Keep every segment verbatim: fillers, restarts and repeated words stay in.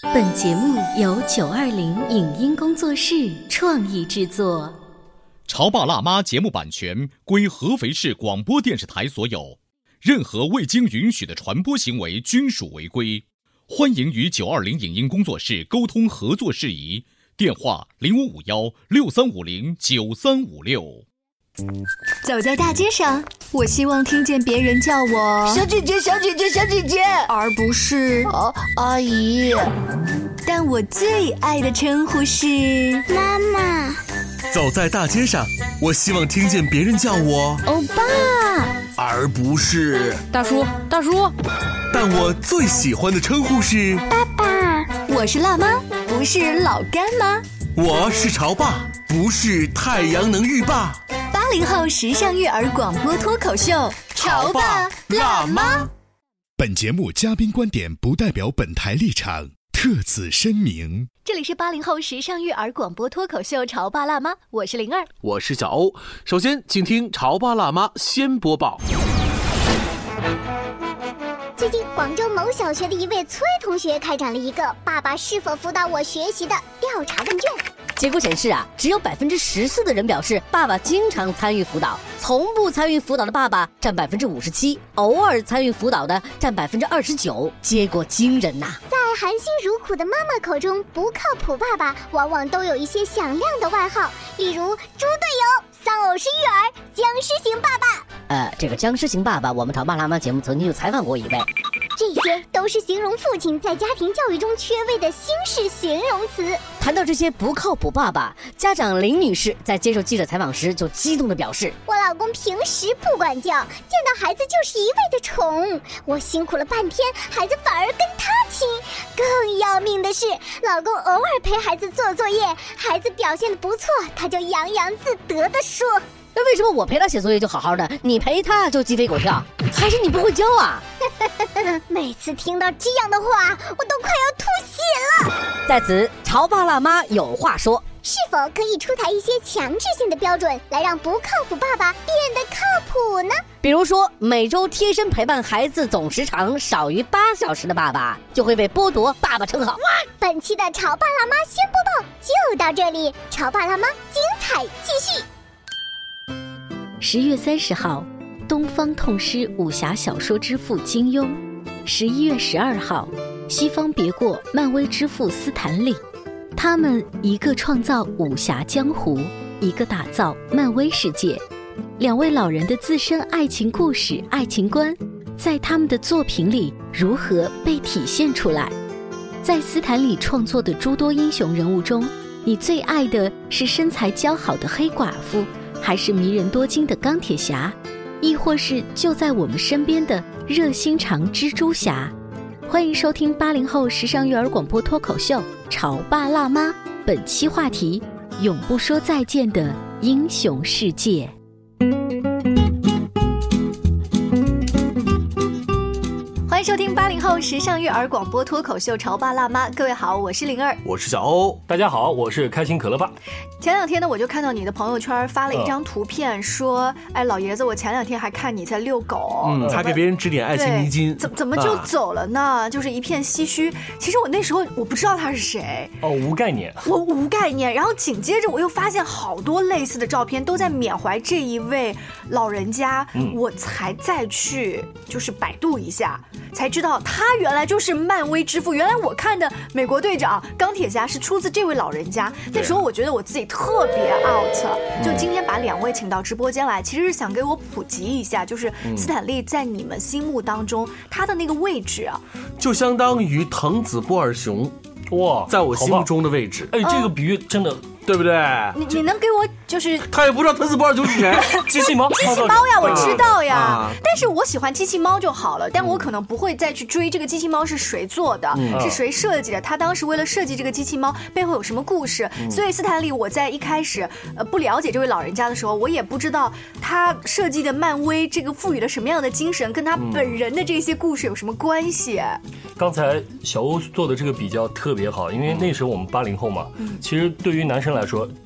本节目由九二零影音工作室创意制作。 潮爸辣妈节目版权归合肥市广播电视台所有，任何未经允许的传播行为均属违规。欢迎与九二零影音工作室沟通合作事宜，电话零五五幺六三五零九三五六。 走在大街上，我希望听见别人叫我小姐姐小姐姐小姐姐， 而不是啊阿姨。 但我最爱的称呼是妈妈。 走在大街上，我希望听见别人叫我欧巴， 而不是大叔大叔。 但我最喜欢的称呼是爸爸。 我是辣妈，不是老干妈。 我是潮爸，不是太阳能浴霸。 八零后时尚育儿广播脱口秀，潮爸辣妈。 本节目嘉宾观点不代表本台立场，特此声明。 这里是八零后时尚育儿广播脱口秀，潮爸辣妈，我是灵儿， 我是小欧。首先，请听潮爸辣妈先播报。 最近，广州某小学的一位崔同学开展了一个“爸爸是否辅导我学习”的调查问卷。 结果显示啊，只有百分之十四的人表示爸爸经常参与辅导，从不参与辅导的爸爸占百分之五十七，偶尔参与辅导的占百分之二十九。结果惊人呐、啊！ 在含辛茹苦的妈妈口中，不靠谱爸爸往往都有一些响亮的外号，例如“猪队友”、“丧偶式育儿”、“僵尸型爸爸”。 呃，这个僵尸型爸爸，我们潮爸辣妈节目曾经就采访过一位。 这些都是形容父亲在家庭教育中缺位的新式形容词。 谈到这些不靠谱爸爸，家长林女士在接受记者采访时就激动地表示： 我老公平时不管教，见到孩子就是一味的宠，我辛苦了半天，孩子反而跟他亲。更要命的是，老公偶尔陪孩子做作业，孩子表现得不错，他就洋洋自得地说， 那为什么我陪他写作业就好好的，你陪他就鸡飞狗跳？还是你不会教啊？ 每次听到这样的话，我都快要吐血了。 在此，潮爸辣妈有话说： 是否可以出台一些强制性的标准，来让不靠谱爸爸变得靠谱呢？ 比如说，每周贴身陪伴孩子总时长少于八小时的爸爸，就会被剥夺爸爸称号。 本期的潮爸辣妈先播报就到这里，潮爸辣妈精彩继续。 十月三十号，东方痛失武侠小说之父金庸；十一月十二号，西方别过漫威之父斯坦李。他们一个创造武侠江湖，一个打造漫威世界。两位老人的自身爱情故事、爱情观，在他们的作品里如何被体现出来？在斯坦李创作的诸多英雄人物中，你最爱的是身材姣好的黑寡妇，还是迷人多金的钢铁侠，亦或是就在我们身边的热心肠蜘蛛侠？欢迎收听八零后时尚育儿广播脱口秀《潮爸辣妈》，本期话题：永不说再见的英雄世界。 欢迎收听八零后时尚育儿广播脱口秀《潮爸辣妈》，各位好，我是灵儿， 我是小欧， 大家好，我是开心可乐爸。 前两天呢，我就看到你的朋友圈发了一张图片，说：“哎，老爷子，我前两天还看你在遛狗， 嗯，还给别人指点爱情迷津， 怎怎么就走了呢？啊、就是一片唏嘘。其实我那时候我不知道他是谁， 哦，无概念， 我无概念。然后紧接着我又发现好多类似的照片都在缅怀这一位老人家，嗯、我才再去就是百度一下，才知道他原来就是漫威之父。原来我看的美国队长、钢铁侠是出自这位老人家。那时候我觉得我自己特别 out， 就今天把两位请到直播间来，其实是想给我普及一下，就是斯坦利在你们心目当中他的那个位置啊， 就相当于藤子不二雄，哇，在我心目中的位置。 哎，这个比喻真的。 对不对？ 你你能给我就是他也不知道藤子不二雄是谁， 机器猫， 机器猫呀，我知道呀、啊。但是我喜欢机器猫就好了，但我可能不会再去追这个机器猫是谁做的，嗯、是谁设计的，他当时为了设计这个机器猫背后有什么故事。嗯、所以斯坦利，我在一开始呃不了解这位老人家的时候，我也不知道他设计的漫威这个赋予了什么样的精神，跟他本人的这些故事有什么关系。 刚才小欧做的这个比较特别好，因为那时候我们八零后嘛，嗯、其实对于男生来说，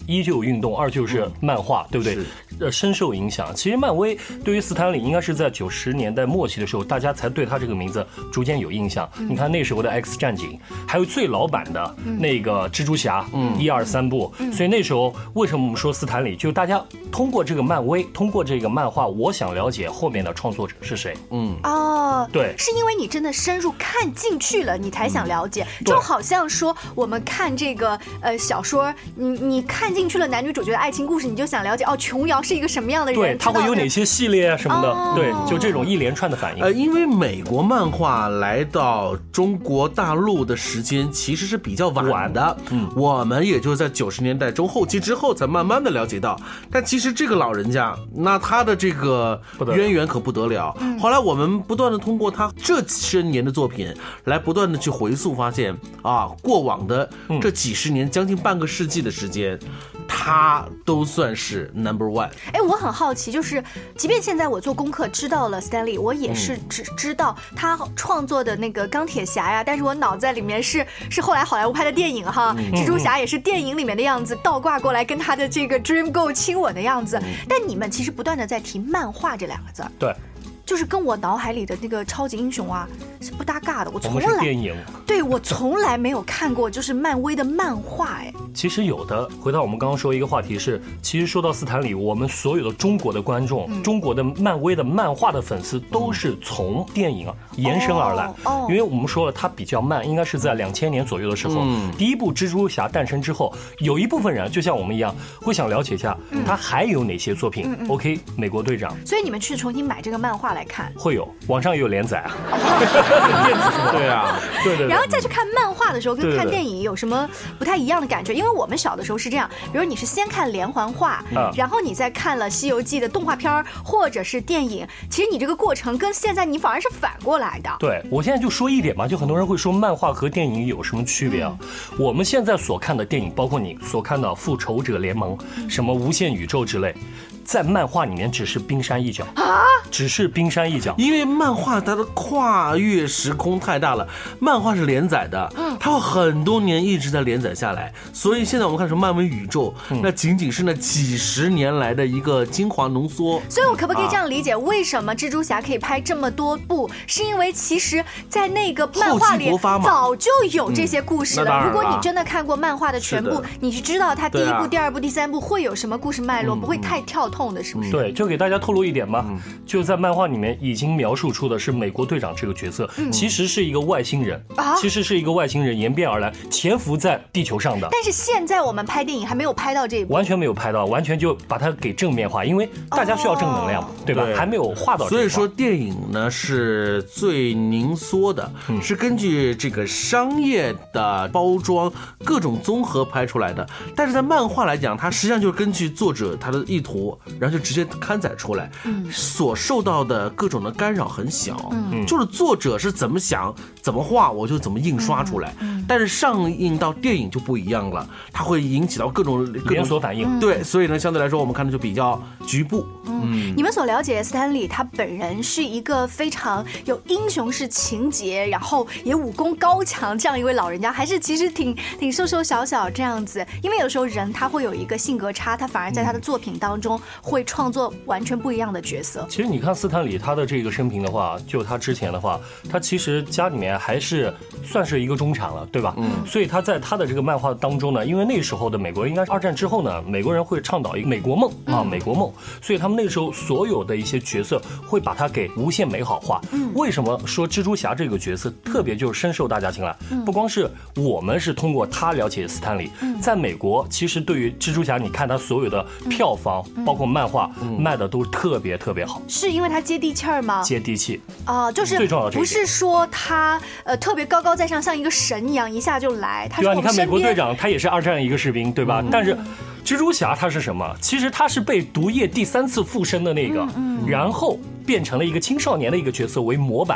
一就有运动，二就是漫画，对不对？呃，深受影响。其实漫威对于斯坦李应该是在九十年代末期的时候，大家才对他这个名字逐渐有印象。嗯、你看那时候的 X 战警，还有最老版的那个蜘蛛侠，嗯，一二三部。嗯、所以那时候为什么我们说斯坦李，就大家通过这个漫威，通过这个漫画，我想了解后面的创作者是谁。嗯， 哦， 对， 是因为你真的深入看进去了，你才想了解。嗯、就好像说我们看这个呃小说，你你看进去了男女主角的爱情故事，你就想了解哦，琼瑶是一个什么样的人？ 对，他会有哪些系列啊什么的？哦、对，就这种一连串的反应。 呃，因为美国漫画来到中国大陆的时间其实是比较晚的，嗯，我们也就在九十年代中后期之后才慢慢的了解到。但其实这个老人家，那他的这个渊源可不得了。嗯、后来我们不断的通过他这些年的作品来不断的去回溯，发现啊，过往的这几十年，将近半个世纪的时间。他都算是 number one。 哎，我很好奇，就是即便现在我做功课知道了 Stanley， 我也是只知道他创作的那个钢铁侠呀，但是我脑袋里面是是后来好莱坞拍的电影哈，嗯、蜘蛛侠也是电影里面的样子，倒挂过来跟他的这个 Dream Go 亲吻的样子。嗯、但你们其实不断的在提漫画这两个字， 对。 就是跟我脑海里的那个超级英雄啊是不搭嘎的，我从来我们是电影， 对我从来没有看过就是漫威的漫画哎。 其实有的，回到我们刚刚说一个话题是，其实说到斯坦李，我们所有的中国的观众，嗯、中国的漫威的漫画的粉丝都是从电影啊延伸而来，哦哦、因为我们说了它比较慢，应该是在两千年左右的时候，嗯、第一部蜘蛛侠诞生之后，有一部分人就像我们一样会想了解一下，嗯、他还有哪些作品。嗯嗯、OK， 美国队长。 所以你们去重新买这个漫画来看， 会有网上也有连载啊，电子书对啊， 对 对, 对。 然后再去看漫画的时候，跟看电影有什么不太一样的感觉？因为我们小的时候是这样，比如你是先看连环画，嗯、然后你再看了《西游记》的动画片或者是电影，其实你这个过程跟现在你反而是反过来的。 对，我现在就说一点嘛，就很多人会说漫画和电影有什么区别啊？嗯、我们现在所看的电影，包括你所看的《复仇者联盟》、什么无限宇宙之类。在漫画里面只是冰山一角啊，只是冰山一角， 因为漫画它的跨越时空太大了，漫画是连载的，嗯，它有很多年一直在连载下来，所以现在我们看什么漫威宇宙，嗯、那仅仅是那几十年来的一个精华浓缩。 所以我可不可以这样理解，啊、为什么蜘蛛侠可以拍这么多部，是因为其实在那个漫画里早就有这些故事了。嗯、如果你真的看过漫画的全部，你是知道它第一部、啊、第二部、第三部会有什么故事脉络，嗯、不会太跳脱。痛的是不是？ 对，就给大家透露一点吧，嗯、就在漫画里面已经描述出的是美国队长这个角色，嗯、其实是一个外星人，啊、其实是一个外星人演变而来，潜伏在地球上的。 但是现在我们拍电影还没有拍到这一步， 完全没有拍到，完全就把它给正面化，因为大家需要正能量，哦、对吧？对，还没有画到这一。 所以说电影呢是最凝缩的，嗯、是根据这个商业的包装各种综合拍出来的。但是在漫画来讲，它实际上就是根据作者他的意图。然后就直接刊载出来，嗯、所受到的各种的干扰很小，嗯、就是作者是怎么想怎么画我就怎么印刷出来，嗯、但是上映到电影就不一样了，它会引起到各种各种连锁反应， 对，所以呢相对来说我们看的就比较局部。 嗯，你们所了解斯坦李他本人是一个非常有英雄式情节，然后也武功高强这样一位老人家，还是其实挺挺瘦瘦小小这样子？因为有时候人他会有一个性格差，他反而在他的作品当中会创作完全不一样的角色。 其实你看斯坦李他的这个生平的话，就他之前的话，他其实家里面还是算是一个中产了，对吧？嗯，所以他在他的这个漫画当中呢，因为那时候的美国应该是二战之后呢，美国人会倡导一个美国梦啊，美国梦，所以他们那时候所有的一些角色会把它给无限美好化。嗯，为什么说蜘蛛侠这个角色特别就深受大家青睐？嗯，不光是我们是通过他了解斯坦李，嗯、在美国其实对于蜘蛛侠，你看他所有的票房，嗯、包括漫画。嗯、卖的都特别特别好， 是因为它接地气儿吗？ 接地气啊、呃，就是最重要的这一点， 不是说它呃特别高高在上，像一个神一样一下就来。他对啊，你看美国队长，他也是二战一个士兵，对吧？嗯、但是蜘蛛侠他是什么？其实他是被毒液第三次附身的那个，嗯嗯、然后变成了一个青少年的一个角色为模板，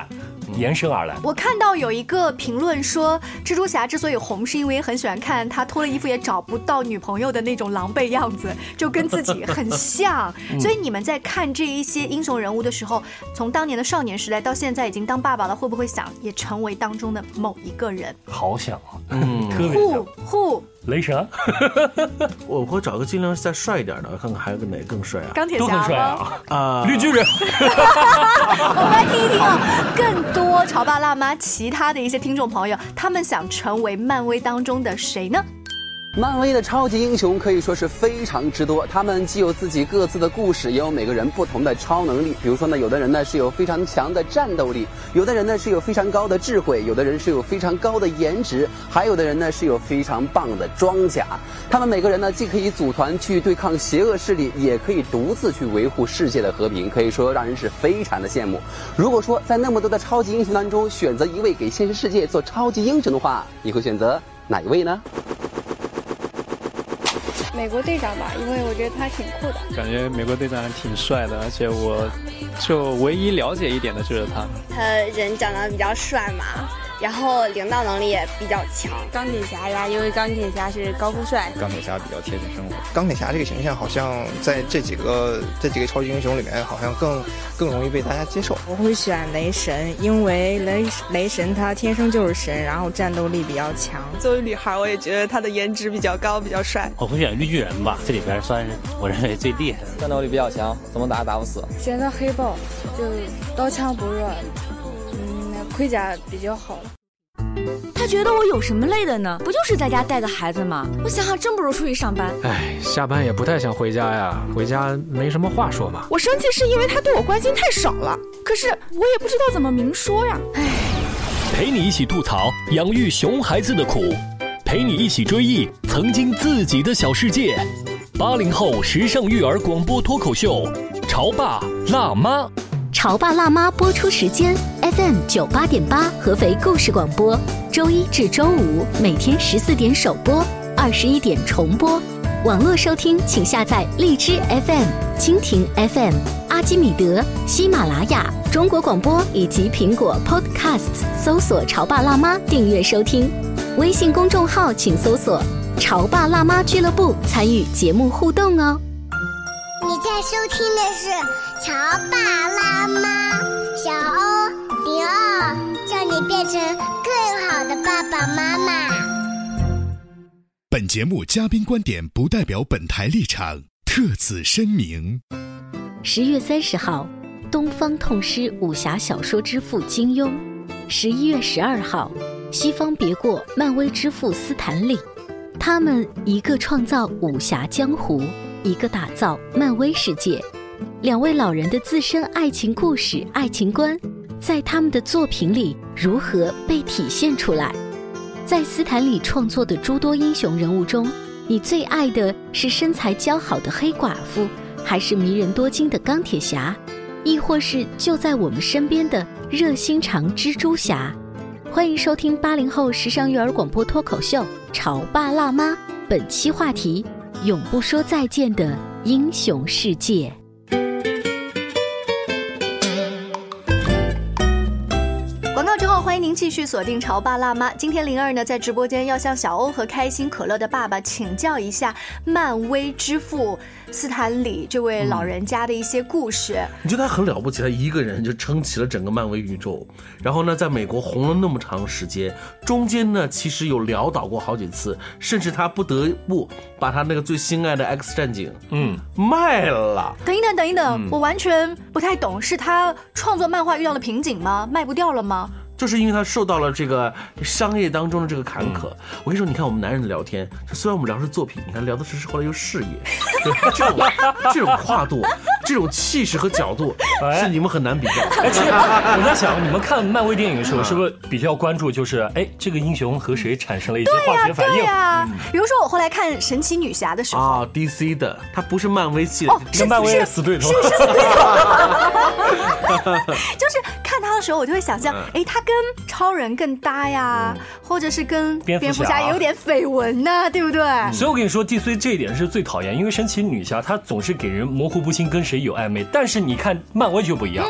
延伸而来。 我看到有一个评论说，蜘蛛侠之所以红，是因为很喜欢看他脱了衣服也找不到女朋友的那种狼狈样子，就跟自己很像。嗯、所以你们在看这一些英雄人物的时候，从当年的少年时代到现在已经当爸爸了，会不会想也成为当中的某一个人？ 好想啊，嗯，特别想。 呼， 雷神， 我会找个尽量再帅一点的，看看还有个哪个更帅啊？ 钢铁侠吗？ 都很帅啊！ 啊， 绿巨人。 我们来听一听啊，更多潮爸辣妈其他的一些听众朋友，他们想成为漫威当中的谁呢？ 漫威的超级英雄可以说是非常之多，他们既有自己各自的故事，也有每个人不同的超能力。比如说呢，有的人呢是有非常强的战斗力，有的人呢是有非常高的智慧，有的人是有非常高的颜值，还有的人呢是有非常棒的装甲。他们每个人呢既可以组团去对抗邪恶势力，也可以独自去维护世界的和平，可以说让人是非常的羡慕。如果说在那么多的超级英雄当中选择一位给现实世界做超级英雄的话，你会选择哪一位呢？ 美国队长吧，因为我觉得他挺酷的， 感觉美国队长挺帅的，而且我就唯一了解一点的就是他， 他人长得比较帅嘛，然后领导能力也比较强。钢铁侠呀，因为钢铁侠是高富帅， 钢铁侠比较贴近生活。钢铁侠这个形象好像在这几个这几个超级英雄里面，好像更更容易被大家接受。 我会选雷神，因为雷雷神他天生就是神，然后战斗力比较强。 作为女孩，我也觉得他的颜值比较高，比较帅。 我会选绿巨人吧，这里边算是我认为最厉害的， 战斗力比较强，怎么打打不死。 选择黑豹，就刀枪不入，嗯，盔甲比较好。 他觉得我有什么累的呢？不就是在家带个孩子吗？我想想，真不如出去上班。 哎，下班也不太想回家呀，回家没什么话说嘛。 我生气是因为他对我关心太少了，可是我也不知道怎么明说呀。哎， 陪你一起吐槽养育熊孩子的苦，陪你一起追忆曾经自己的小世界。八零后时尚育儿广播脱口秀，潮爸辣妈。 潮爸辣妈播出时间 F M 九八点八合肥故事广播，周一至周五每天十四点首播，二十一点重播。网络收听请下载荔枝 F M、蜻蜓 F M、阿基米德、喜马拉雅、中国广播以及苹果 Podcasts 搜索潮爸辣妈订阅收听。微信公众号请搜索潮爸辣妈俱乐部，参与节目互动哦。 你在收听的是潮爸辣妈，小欧零二，叫你变成更好的爸爸妈妈。 本节目嘉宾观点不代表本台立场，特此声明。 十月三十号，东方痛失武侠小说之父金庸；十一月十二号，西方别过漫威之父斯坦李。他们一个创造武侠江湖，一个打造漫威世界。两位老人的自身爱情故事、爱情观，在他们的作品里如何被体现出来？在斯坦李创作的诸多英雄人物中，你最爱的是身材姣好的黑寡妇，还是迷人多金的钢铁侠，亦或是就在我们身边的热心肠蜘蛛侠？欢迎收听八零后时尚育儿广播脱口秀《潮爸辣妈》，本期话题：永不说再见的英雄世界。 广告之后，欢迎您继续锁定潮爸辣妈。今天灵儿呢在直播间要向小欧和开心可乐的爸爸请教一下漫威之父斯坦李这位老人家的一些故事。 嗯、你觉得他很了不起，他一个人就撑起了整个漫威宇宙，然后呢在美国红了那么长时间，中间呢其实有潦倒过好几次，甚至他不得不把他那个最心爱的 X 战警嗯卖了。 等一等等一等、嗯、我完全不太懂，是他创作漫画遇到了瓶颈吗？卖不掉了吗？ 就是因为他受到了这个商业当中的这个坎坷。嗯、我跟你说，你看我们男人的聊天，虽然我们聊的是作品，你看聊的是后来又事业，对这种这种跨度、这种气势和角度，是你们很难比较。 哎，其实我在想，你们看漫威电影的时候，是不是比较关注就是哎这个英雄和谁产生了一些化学反应？ 对呀、啊，嗯、比如说我后来看神奇女侠的时候啊 ，D C 的，它不是漫威系的， 哦， 跟漫威是死对头， 是是死对头。就是看他的时候，我就会想象，哎，他跟超人更搭呀，嗯、或者是跟蝙蝠侠也有点绯闻呐，对不对？ 嗯、所以我跟你说 ，D C 这一点是最讨厌，因为神奇女侠她总是给人模糊不清跟谁有暧昧，但是你看漫威就不一样，嗯、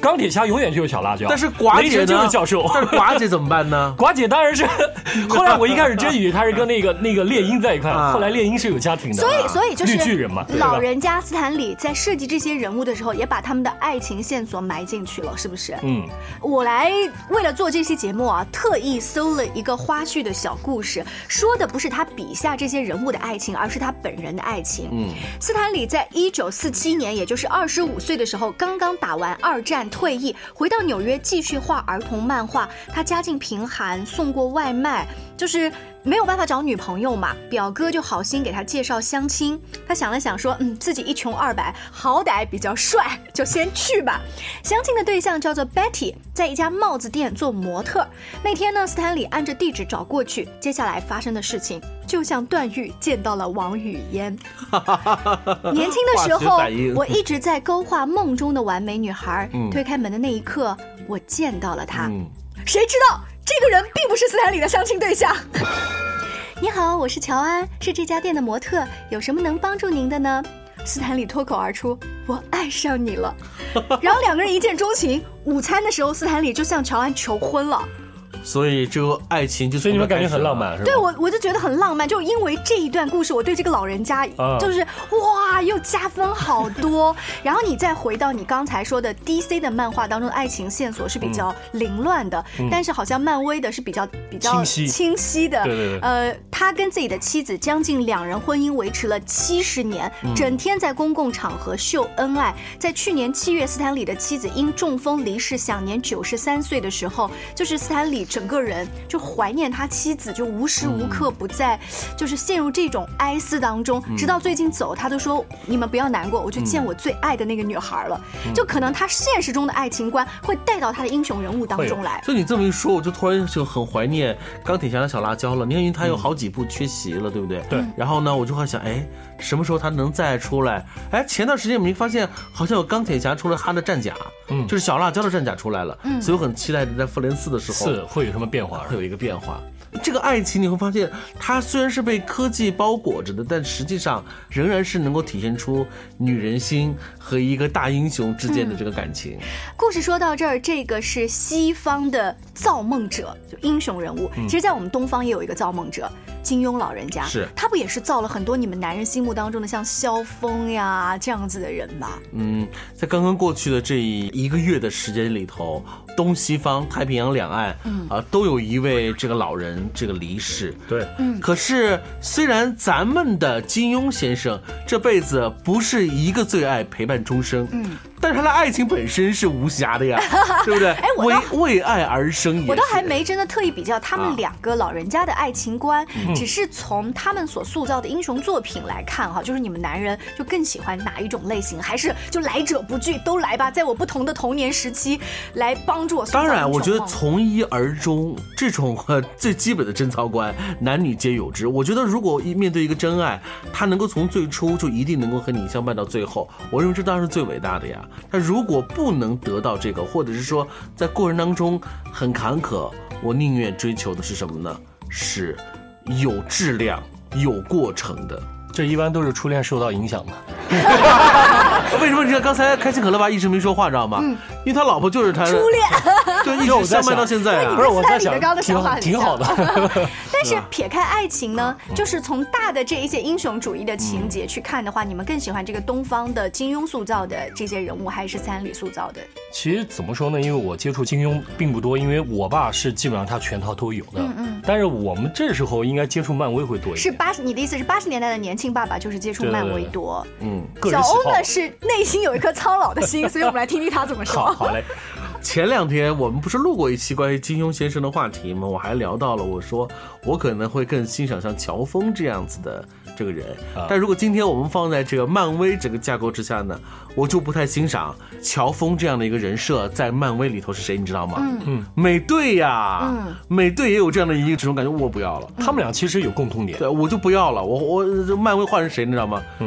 钢铁侠永远就是小辣椒， 但是寡姐呢就是教授， 但是寡姐怎么办呢？ 寡姐当然是，后来我一开始真以为她是跟那个那个猎鹰在一块， 啊、 后来猎鹰是有家庭的， 所以所以就是绿巨人嘛， 老人家斯坦李在设计这些人物的时候，也把他们的爱情线索埋进去了，是不是？ 嗯， 我来为了做这期节目啊，特意搜了一个花絮的小故事，说的不是他笔下这些人物的爱情，而是他本人的爱情。嗯，斯坦李在一九四七年，也就是二十五岁的时候，刚刚打完二战退役，回到纽约继续画儿童漫画。他家境贫寒，送过外卖，就是没有办法找女朋友嘛，表哥就好心给他介绍相亲。他想了想说，嗯，自己一穷二白，好歹比较帅，就先去吧。相亲的对象叫做 Betty， 在一家帽子店做模特。那天呢，斯坦李按着地址找过去，接下来发生的事情就像段誉见到了王语嫣。年轻的时候，我一直在勾画梦中的完美女孩。嗯、推开门的那一刻，我见到了她。嗯、谁知道这个人并不是斯坦李的相亲对象。你好，我是乔安，是这家店的模特，有什么能帮助您的呢？斯坦李脱口而出，我爱上你了。然后两个人一见钟情，午餐的时候斯坦李就向乔安求婚了。 所以这个爱情就， 所以你们感觉很浪漫是吧？ 对，我我就觉得很浪漫，就因为这一段故事，我对这个老人家就是、啊、哇，又加分好多。然后你再回到你刚才说的 D C 的漫画当中的爱情线索是比较凌乱的，嗯、但是好像漫威的是比较比较清晰清晰的。 对对对。 呃，他跟自己的妻子将近两人婚姻维持了七十年，嗯、整天在公共场合秀恩爱。在去年七月，斯坦李的妻子因中风离世，享年九十三岁的时候，就是斯坦李整个人就怀念他妻子，就无时无刻不在就是陷入这种哀思当中，直到最近走他都说你们不要难过，我就见我最爱的那个女孩了。就可能他现实中的爱情观会带到他的英雄人物当中来。 所以你这么一说，我就突然就很怀念钢铁侠的小辣椒了。你看，因为他有好几部缺席了，对不对？ 对。 然后呢，我就会想，哎，什么时候他能再出来？哎，前段时间我们发现好像有钢铁侠出了他的战甲，嗯，就是小辣椒的战甲出来了，嗯，所以我很期待在复联四的时候是会有什么变化， 会有一个变化。这个爱情你会发现，它虽然是被科技包裹着的，但实际上仍然是能够体现出女人心和一个大英雄之间的这个感情。嗯、 故事说到这儿，这个是西方的造梦者，就英雄人物。嗯、其实，在我们东方也有一个造梦者，金庸老人家， 是他不也是造了很多你们男人心目当中的像萧峰呀这样子的人吗？ 嗯，在刚刚过去的这一个月的时间里头，东西方太平洋两岸，嗯啊、呃，都有一位这个老人这个离世。 对， 嗯。 可是虽然咱们的金庸先生这辈子不是一个最爱陪伴终生，嗯。但是他的爱情本身是无瑕的呀，对不对？哎，为为爱而生也。 我倒还没真的特意比较他们两个老人家的爱情观，啊、只是从他们所塑造的英雄作品来看哈，就是你们男人就更喜欢哪一种类型，还是就来者不拒，都来吧，在我不同的童年时期来帮助我塑造。 当然，我觉得从一而终这种呃最基本的贞操观，男女皆有之。我觉得如果面对一个真爱，他能够从最初就一定能够和你相伴到最后，我认为这当然是最伟大的呀。但如果不能得到这个，或者是说在过程当中很坎坷，我宁愿追求的是什么呢？是有质量、有过程的。 这一般都是初恋受到影响的。 为什么你看刚才开心可乐吧一直没说话，知道吗？嗯，因为他老婆就是他初恋， 就一直相伴到现在啊。 不是我在想， 挺好的。 但是撇开爱情呢，就是从大的这一些英雄主义的情节去看的话，你们更喜欢这个东方的金庸塑造的这些人物，还是斯坦李塑造的？ 其实怎么说呢？因为我接触金庸并不多，因为我爸是基本上他全套都有的。嗯嗯。但是我们这时候应该接触漫威会多一点。 是八十，你的意思是八十年代的年轻爸爸就是接触漫威多？ 嗯。 小欧呢是内心有一颗苍老的心，所以我们来听听他怎么说。 好，好嘞。 前两天我们不是录过一期关于金庸先生的话题吗？我还聊到了，我说我可能会更欣赏像乔峰这样子的这个人，啊、但如果今天我们放在这个漫威这个架构之下呢，我就不太欣赏乔峰这样的一个人设在漫威里头是谁，你知道吗？嗯嗯，美队呀，嗯，美队也有这样的一个这种感觉，我不要了。 他们俩其实有共通点， 对，我就不要了。我我漫威换成谁，你知道吗？嗯，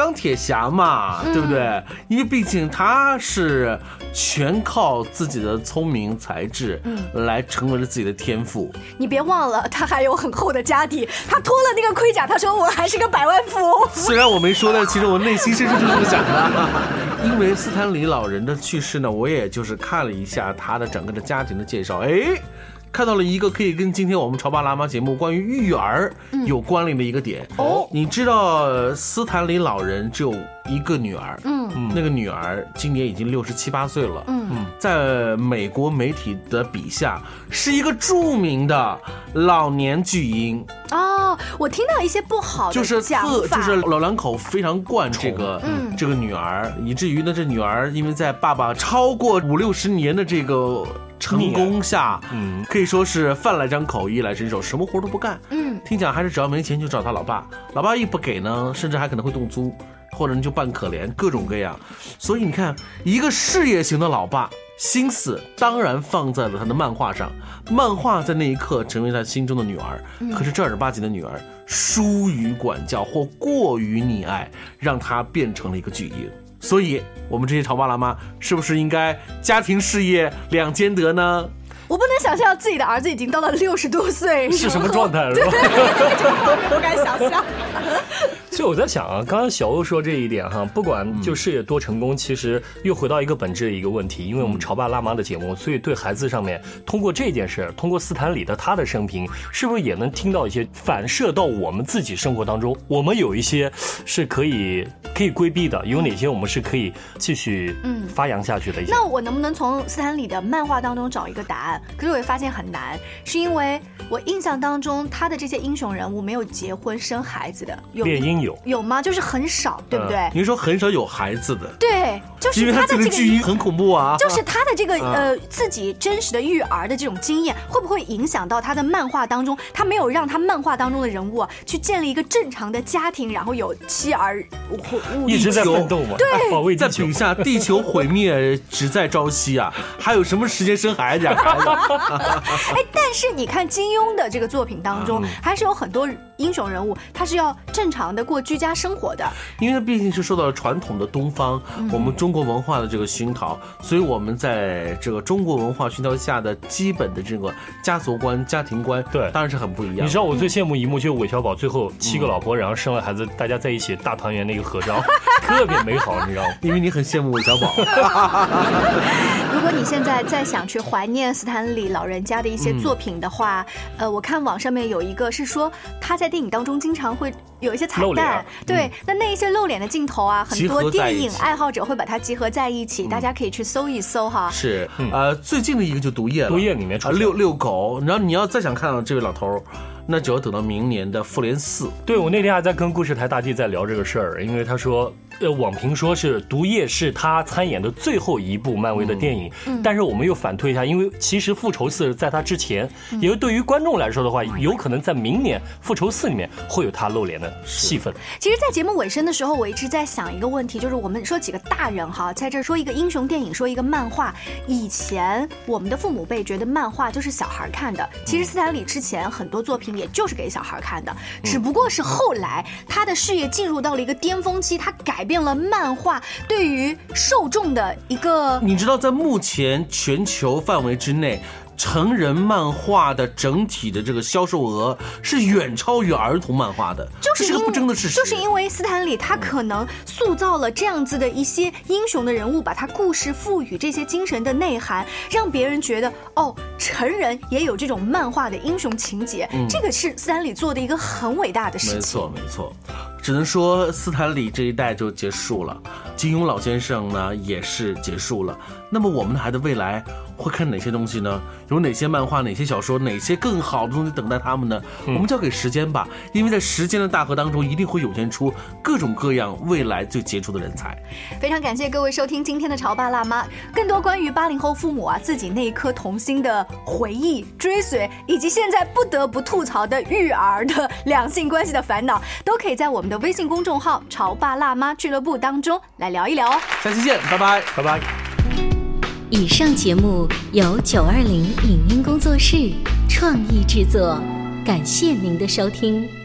钢铁侠嘛，嗯、对不对？因为毕竟他是全靠自己的聪明才智，嗯，来成为了自己的天赋。 你别忘了，他还有很厚的家底，他脱了那个盔甲，他说我还是个百万富翁。 虽然我没说，但其实我内心深处就是这么想的。因为斯坦李老人的去世呢，我也就是看了一下他的整个的家庭的介绍，哎。看到了一个可以跟今天我们潮爸辣妈节目关于育儿有关联的一个点哦、嗯，你知道斯坦李老人只有一个女儿，嗯，那个女儿今年已经六十七八岁了，嗯，在美国媒体的笔下是一个著名的老年巨婴哦。我听到一些不好的讲法， 就是就是老两口非常惯这个、嗯、这个女儿，以至于呢这女儿因为在爸爸超过五六十年的这个。成功下，嗯，可以说是饭来张口，衣来伸手，什么活都不干。嗯，听讲还是只要没钱就找他老爸，老爸一不给呢，甚至还可能会动粗，或者就扮可怜，各种各样。所以你看，一个事业型的老爸，心思当然放在了他的漫画上，漫画在那一刻成为他心中的女儿。嗯、可是正儿八经的女儿疏于管教或过于溺爱，让他变成了一个巨婴。所以我们这些潮爸辣妈是不是应该家庭事业两兼得呢？ 我不能想象自己的儿子已经到了六十多岁是什么状态，是吧？ 不敢想象。 所以我在想啊，刚刚小欧说这一点哈，不管就事业多成功，其实又回到一个本质的一个问题，因为我们潮爸辣妈的节目，所以对孩子上面通过这件事，通过斯坦李的他的生平，是不是也能听到一些反射到我们自己生活当中？我们有一些是可以可以规避的，有哪些我们是可以继续发扬下去的一些？ 那我能不能从斯坦李的漫画当中找一个答案？可是我也发现很难，是因为我印象当中他的这些英雄人物没有结婚生孩子的， 有猎鹰有有吗？就是很少，对不对？ 您、嗯、说很少有孩子的， 对，就是他的这个巨婴很恐怖啊， 就是他的这个、啊、呃自己真实的育儿的这种经验，会不会影响到他的漫画当中？他没有让他漫画当中的人物、啊、去建立一个正常的家庭，然后有妻儿物一直在奋斗嘛， 对， 保卫在笔下地球毁灭只在朝夕啊，还有什么时间生孩子啊？ 哎，但是你看金庸的这个作品当中，嗯、还是有很多英雄人物，他是要正常的过居家生活的。 因为他毕竟是受到了传统的东方、嗯、我们中国文化的这个熏陶，所以我们在这个中国文化熏陶下的基本的这个家族观、家庭观， 对， 当然是很不一样。 你知道我最羡慕一幕就是韦小宝最后七个老婆，嗯、然后生了孩子，大家在一起大团圆那个合照，特别美好，你知道吗？ 因为你很羡慕韦小宝。 如果你现在再想去怀念斯坦李老人家的一些作品的话，嗯、呃，我看网上面有一个是说他在电影当中经常会有一些彩蛋，对，嗯、那那一些露脸的镜头啊，很多电影爱好者会把它集合在一起，嗯、大家可以去搜一搜哈。 是，嗯、呃，最近的一个就毒液了， 毒液里面啊遛遛狗，然后你要再想看到这位老头，那就要等到明年的复联四。 对，我那天还在跟故事台大帝在聊这个事儿，因为他说，呃，网评说是毒液是他参演的最后一部漫威的电影，嗯、但是我们又反推一下，因为其实复仇四在他之前，嗯、也对于观众来说的话，有可能在明年复仇四里面会有他露脸的戏份。 其实，在节目尾声的时候，我一直在想一个问题，就是我们说几个大人哈，在这说一个英雄电影，说一个漫画。以前我们的父母辈觉得漫画就是小孩看的，其实斯坦李之前很多作品也就是给小孩看的，只不过是后来他的事业进入到了一个巅峰期，他改变了漫画对于受众的一个。 你知道，在目前全球范围之内，成人漫画的整体的这个销售额是远超于儿童漫画的， 就是这是个不争的事实。 就是因为斯坦李他可能塑造了这样子的一些英雄的人物，把他故事赋予这些精神的内涵，让别人觉得哦，成人也有这种漫画的英雄情节。嗯、这个是斯坦李做的一个很伟大的事情。 没错，没错。只能说斯坦李这一代就结束了，金庸老先生呢也是结束了。那么我们的孩子未来会看哪些东西呢？有哪些漫画、哪些小说、哪些更好的东西等待他们呢？嗯、我们交给时间吧，因为在时间的大河当中，一定会涌现出各种各样未来最杰出的人才。 非常感谢各位收听今天的潮爸辣妈，更多关于八零后父母啊自己那一颗童心的回忆、追随，以及现在不得不吐槽的育儿的两性关系的烦恼，都可以在我们的微信公众号潮爸辣妈俱乐部当中来聊一聊哦。 下期见，拜拜， 拜拜。 以上节目由九二零影音工作室创意制作，感谢您的收听。